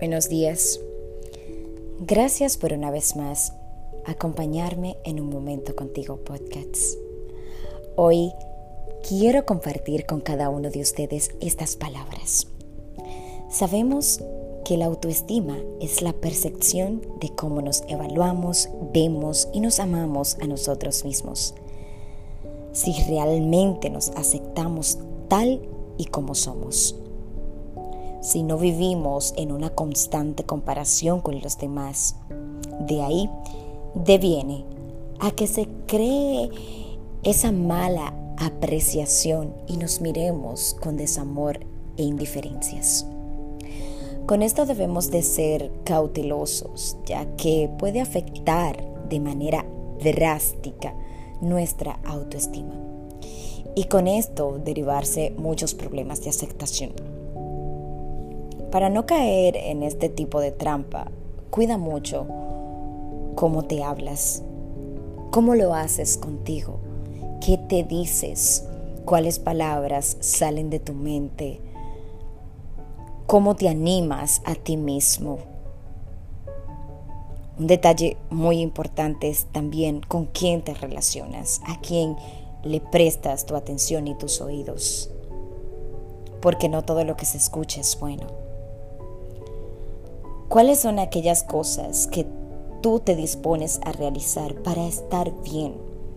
Buenos días. Gracias por una vez más acompañarme en Un Momento Contigo Podcast. Hoy quiero compartir con cada uno de ustedes estas palabras. Sabemos que la autoestima es la percepción de cómo nos evaluamos, vemos y nos amamos a nosotros mismos. Si realmente nos aceptamos tal y como somos. Si no vivimos en una constante comparación con los demás. De ahí deviene a que se cree esa mala apreciación y nos miremos con desamor e indiferencias. Con esto debemos de ser cautelosos, ya que puede afectar de manera drástica nuestra autoestima. Y con esto derivarse muchos problemas de aceptación. Para no caer en este tipo de trampa, cuida mucho cómo te hablas, cómo lo haces contigo, qué te dices, cuáles palabras salen de tu mente, cómo te animas a ti mismo. Un detalle muy importante es también con quién te relacionas, a quién le prestas tu atención y tus oídos, porque no todo lo que se escucha es bueno. ¿Cuáles son aquellas cosas que tú te dispones a realizar para estar bien?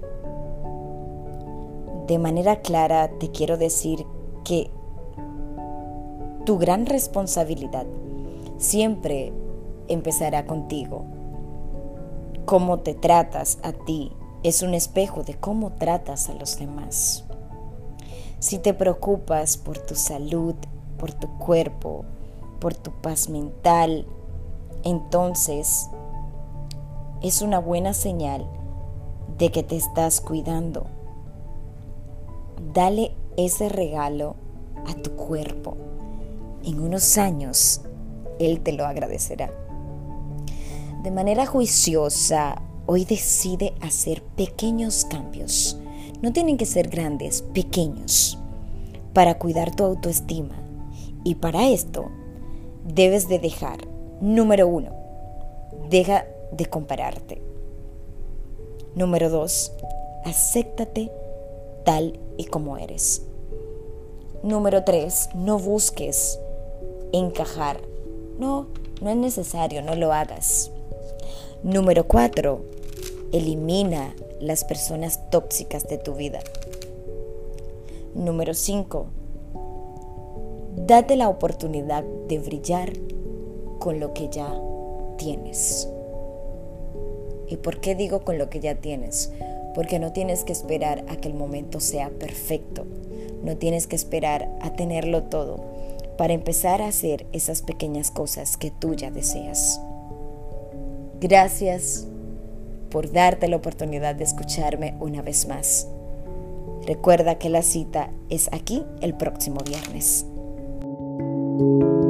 De manera clara te quiero decir que tu gran responsabilidad siempre empezará contigo. Cómo te tratas a ti es un espejo de cómo tratas a los demás. Si te preocupas por tu salud, por tu cuerpo, por tu paz mental, entonces es una buena señal de que te estás cuidando. Dale ese regalo a tu cuerpo. En unos años, él te lo agradecerá. De manera juiciosa, hoy decide hacer pequeños cambios. No tienen que ser grandes, pequeños, para cuidar tu autoestima. Y para esto, debes de dejar, número 1, deja de compararte. Número 2, acéptate tal y como eres. Número 3, no busques encajar. No es necesario, no lo hagas. Número 4, elimina las personas tóxicas de tu vida. Número 5, date la oportunidad de brillar con lo que ya tienes. ¿Y por qué digo con lo que ya tienes? Porque no tienes que esperar a que el momento sea perfecto. No tienes que esperar a tenerlo todo para empezar a hacer esas pequeñas cosas que tú ya deseas. Gracias por darte la oportunidad de escucharme una vez más. Recuerda que la cita es aquí el próximo viernes.